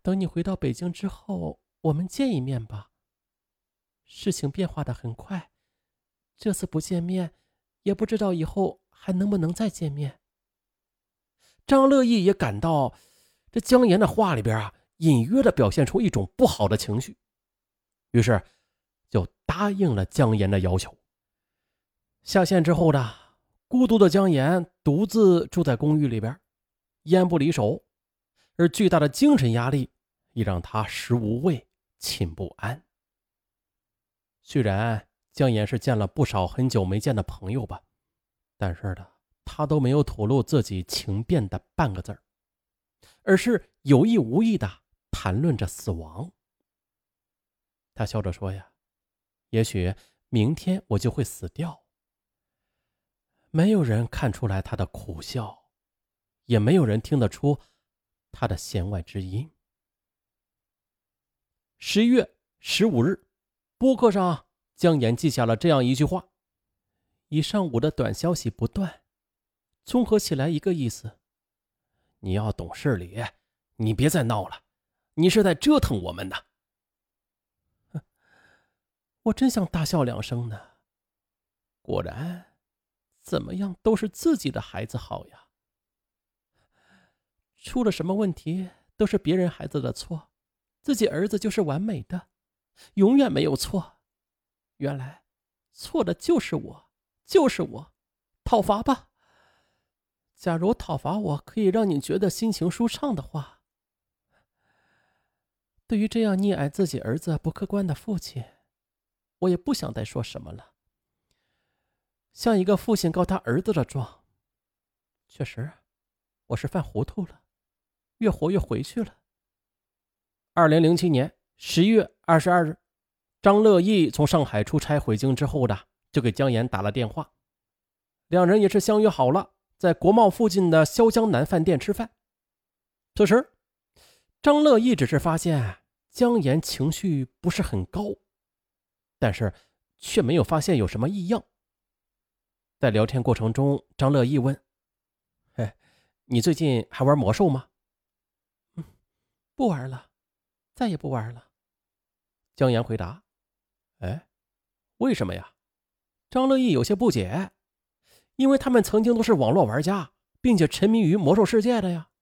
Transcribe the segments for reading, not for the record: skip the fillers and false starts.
等你回到北京之后，我们见一面吧。事情变化得很快，这次不见面，也不知道以后还能不能再见面。 张乐意也感到这姜岩的话里边隐约的表现出一种不好的情绪，于是就答应了姜岩的要求。下线之后的孤独的姜岩独自住在公寓里边，烟不离手，而巨大的精神压力也让他食无味，寝不安。虽然姜岩是见了不少很久没见的朋友吧，但是他都没有吐露自己情变的半个字儿，而是有意无意的谈论着死亡。他笑着说呀，也许明天我就会死掉。没有人看出来他的苦笑，也没有人听得出他的弦外之音。11月15日，播客上姜岩记下了这样一句话：一上午的短消息不断，综合起来一个意思，你要懂事理，你别再闹了，你是在折腾我们呢。 我真想大笑两声呢。果然，怎么样都是自己的孩子好呀。出了什么问题都是别人孩子的错，自己儿子就是完美的，永远没有错。原来错的就是我，就是我，讨伐吧。假如讨伐我可以让你觉得心情舒畅的话，对于这样溺爱自己儿子不客观的父亲，我也不想再说什么了。像一个父亲告他儿子的状，确实，我是犯糊涂了，越活越回去了。 2007年11月22日，张乐意从上海出差回京之后就给姜岩打了电话，两人也是相约好了在国贸附近的潇江南饭店吃饭。此时张乐意只是发现姜岩情绪不是很高，但是却没有发现有什么异样。在聊天过程中，张乐意问：你最近还玩魔兽吗？ 不玩了，再也不玩了。 姜岩回答：为什么呀？张乐意有些不解，因为他们曾经都是网络玩家，并且沉迷于魔兽世界的呀。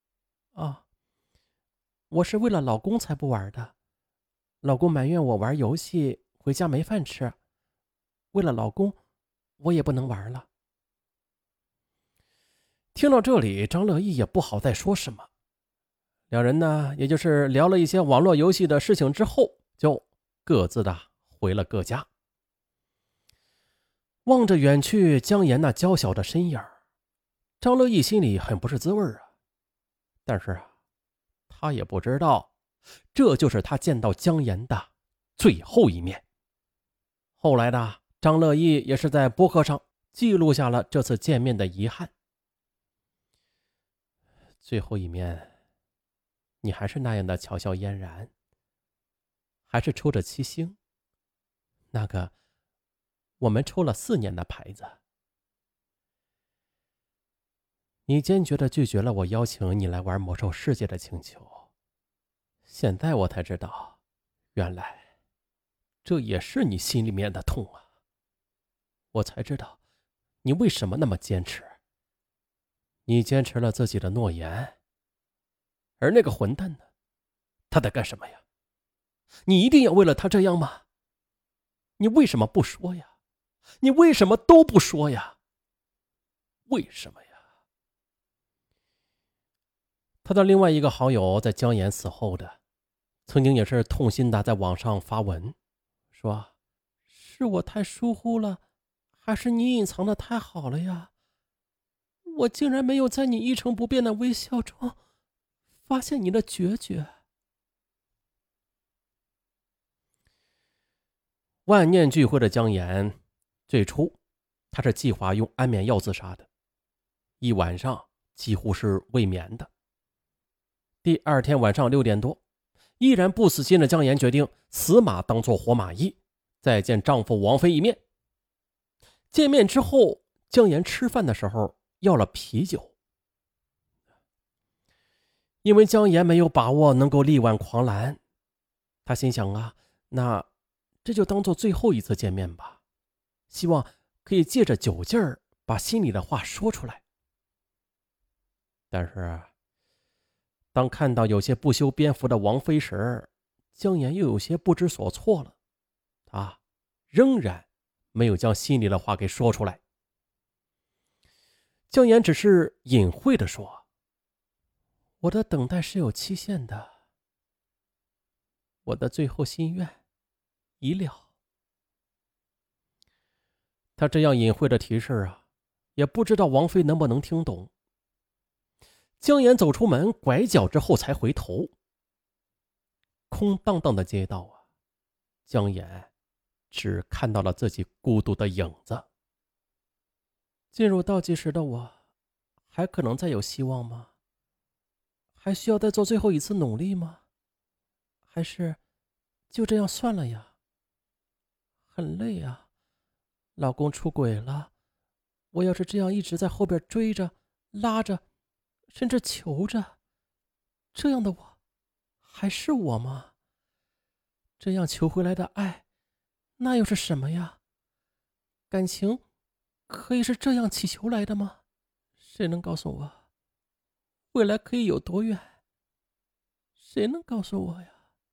我是为了老公才不玩的。老公埋怨我玩游戏回家没饭吃，为了老公，我也不能玩了。 听到这里，张乐意也不好再说什么。两人呢，也就是聊了一些网络游戏的事情之后，就各自的回了各家。望着远去姜岩那娇小的身影，张乐意心里很不是滋味啊。但是他也不知道，这就是他见到姜岩的最后一面。后来的张乐意也是在播客上记录下了这次见面的遗憾。最后一面，你还是那样的巧笑嫣然，还是抽着七星，那个我们抽了4年的牌子。你坚决地拒绝了我邀请你来玩魔兽世界的请求，现在我才知道，原来这也是你心里面的痛啊。我才知道你为什么那么坚持，你坚持了自己的诺言，而那个混蛋呢，他在干什么呀？你一定要为了他这样吗？你为什么不说呀？你为什么都不说呀？为什么呀？他的另外一个好友在姜岩死后曾经也是痛心的在网上发文说， 是我太疏忽了，还是你隐藏的太好了呀？我竟然没有在你一成不变的微笑中发现你的决绝。 万念俱灰的姜岩，最初他是计划用安眠药自杀的，一晚上几乎是未眠的。第二天晚上6点多，依然不死心的姜岩决定死马当作活马医，再见丈夫王妃一面。见面之后，姜岩吃饭的时候要了啤酒。 因为姜岩没有把握能够力挽狂澜，他心想啊，那这就当做最后一次见面吧，希望可以借着酒劲儿把心里的话说出来。但是当看到有些不修边幅的王妃时，姜岩又有些不知所措了，他仍然没有将心里的话给说出来。姜岩只是隐晦地说，我的等待是有期限的，我的最后心愿已了。他这样隐晦的提示啊，也不知道王妃能不能听懂。姜岩走出门，拐角之后才回头，空荡荡的街道啊，姜岩只看到了自己孤独的影子。进入倒计时的我，还可能再有希望吗？还需要再做最后一次努力吗？还是就这样算了呀？很累啊，老公出轨了，我要是这样一直在后边追着、拉着，甚至求着，这样的我还是我吗？这样求回来的爱，那又是什么呀？感情可以是这样祈求来的吗？谁能告诉我未来可以有多远？谁能告诉我呀？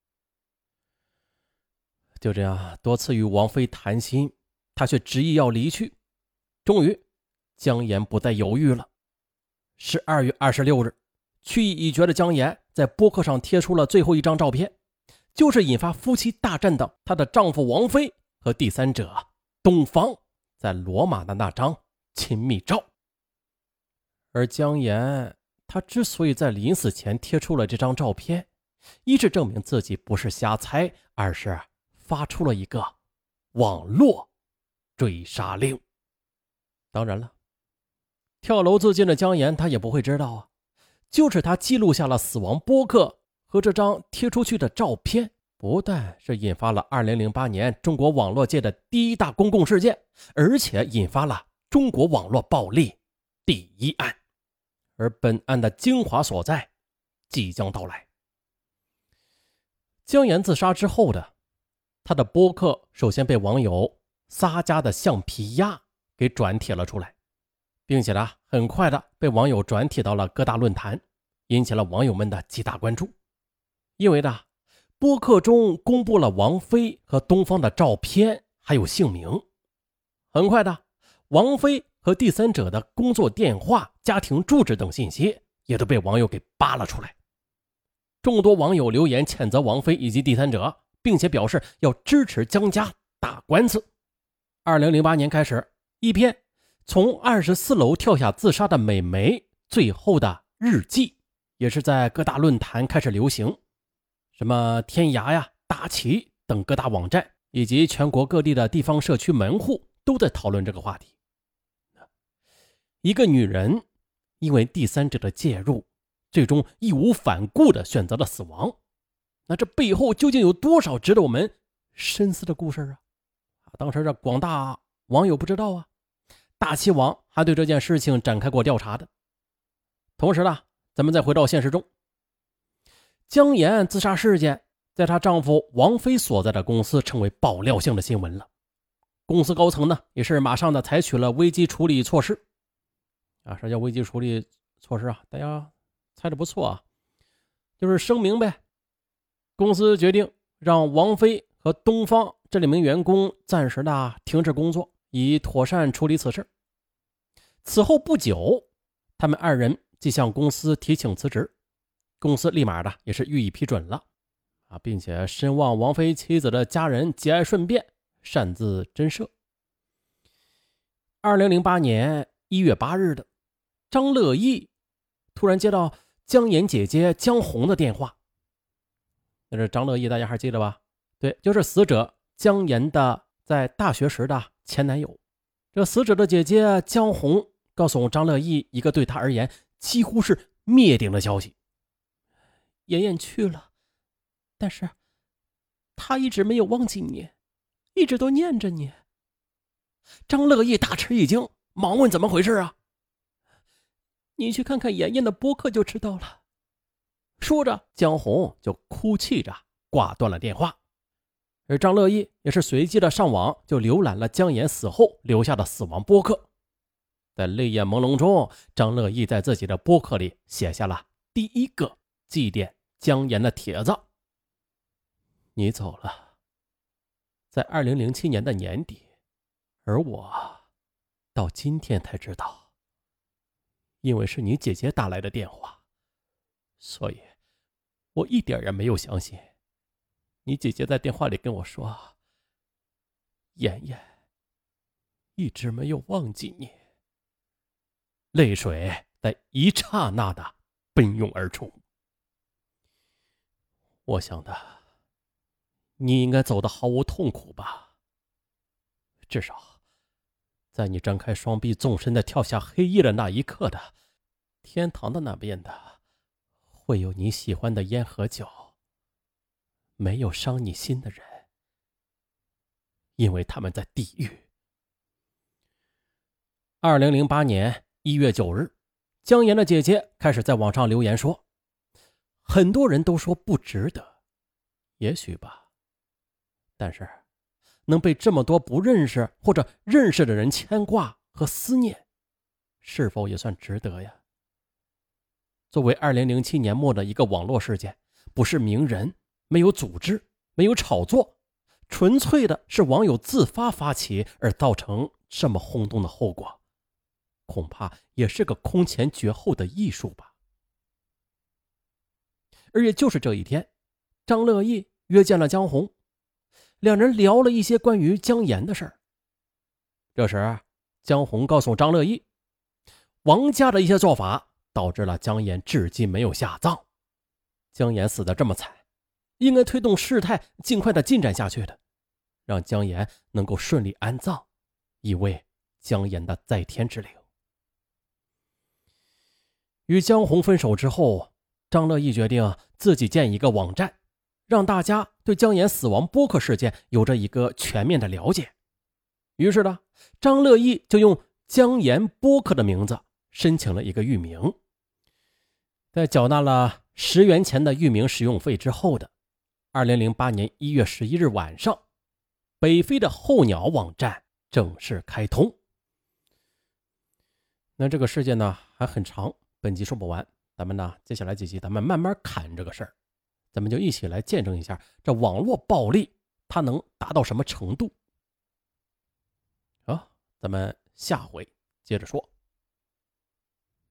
就这样多次与王妃谈心，他却执意要离去。终于姜岩不再犹豫了。12月26日，去意已决的姜岩在博客上贴出了最后一张照片，就是引发夫妻大战的她的丈夫王妃和第三者东方在罗马的那张亲密照。而姜岩他之所以在临死前贴出了这张照片，一是证明自己不是瞎猜，二是发出了一个网络追杀令。当然了，跳楼自尽的姜岩他也不会知道啊，就是他记录下了死亡播客和这张贴出去的照片，不但是引发了2008年中国网络界的第一大公共事件，而且引发了中国网络暴力第一案。而本案的精华所在即将到来。姜岩自杀之后的他的播客首先被网友撒家的橡皮鸭给转帖了出来，并且呢，很快的被网友转帖到了各大论坛，引起了网友们的极大关注。因为呢，播客中公布了王菲和东方的照片还有姓名。很快的，王菲和第三者的工作电话、家庭住址等信息也都被网友给扒了出来。众多网友留言谴责王菲以及第三者，并且表示要支持姜家打官司。2008年开始，一篇从24楼跳下自杀的美眉最后的日记也是在各大论坛开始流行，什么天涯呀、大旗等各大网站以及全国各地的地方社区门户都在讨论这个话题。一个女人因为第三者的介入，最终义无反顾地选择了死亡，那这背后究竟有多少值得我们深思的故事啊？当时这广大网友不知道啊，大旗网还对这件事情展开过调查的。同时呢，咱们再回到现实中，姜岩自杀事件在她丈夫王菲所在的公司成为爆料性的新闻了。公司高层呢也是马上的采取了危机处理措施啊，什么叫危机处理措施啊？大家猜的不错啊，就是声明呗。公司决定让王菲和东方这2名员工暂时的停止工作，以妥善处理此事。此后不久，他们2人即向公司提请辞职，公司立马的也是予以批准了啊，并且深望王菲妻子的家人节哀顺变，擅自真赦。2008年1月8日的张乐意突然接到姜岩姐姐姜红的电话。那是张乐意，大家还记得吧？对，就是死者姜岩的在大学时的前男友。这死者的姐姐姜红告诉张乐意一个对他而言几乎是灭顶的消息：妍妍去了，但是他一直没有忘记你，一直都念着你。张乐意大吃一惊，忙问怎么回事啊？你去看看妍妍的播客就知道了。 说着，江红就哭泣着挂断了电话。而张乐义也是随即的上网就浏览了姜岩死后留下的死亡播客。在泪眼朦胧中，张乐义在自己的播客里写下了第一个祭奠姜岩的帖子。你走了，在2007年的年底，而我到今天才知道，因为是你姐姐打来的电话，所以我一点也没有相信。你姐姐在电话里跟我说，妍妍一直没有忘记你。泪水在一刹那的奔涌而出。我想的，你应该走得毫无痛苦吧？至少在你张开双臂纵身的跳下黑夜的那一刻的天堂的那边的，会有你喜欢的烟和酒，没有伤你心的人，因为他们在地狱。2008年1月9日，姜岩的姐姐开始在网上留言说，很多人都说不值得，也许吧，但是能被这么多不认识或者认识的人牵挂和思念，是否也算值得呀？作为2007年末的一个网络事件，不是名人，没有组织，没有炒作，纯粹的是网友自发发起而造成这么轰动的后果，恐怕也是个空前绝后的艺术吧。而也就是这一天，张乐义约见了江红，两人聊了一些关于姜岩的事儿。这时江红告诉张乐义，王家的一些做法导致了姜岩至今没有下葬。姜岩死得这么惨，应该推动事态尽快的进展下去的，让姜岩能够顺利安葬，以为姜岩的在天之灵。与江红分手之后，张乐义决定自己建一个网站，让大家对姜岩死亡播客事件有着一个全面的了解。于是呢，张乐义就用姜岩播客的名字申请了一个域名。在缴纳了10元钱的域名使用费之后的2008年1月11日晚上，北非的候鸟网站正式开通。那这个事件呢还很长，本集说不完，咱们呢接下来几集咱们慢慢看这个事儿，咱们就一起来见证一下这网络暴力它能达到什么程度。好，咱们下回接着说。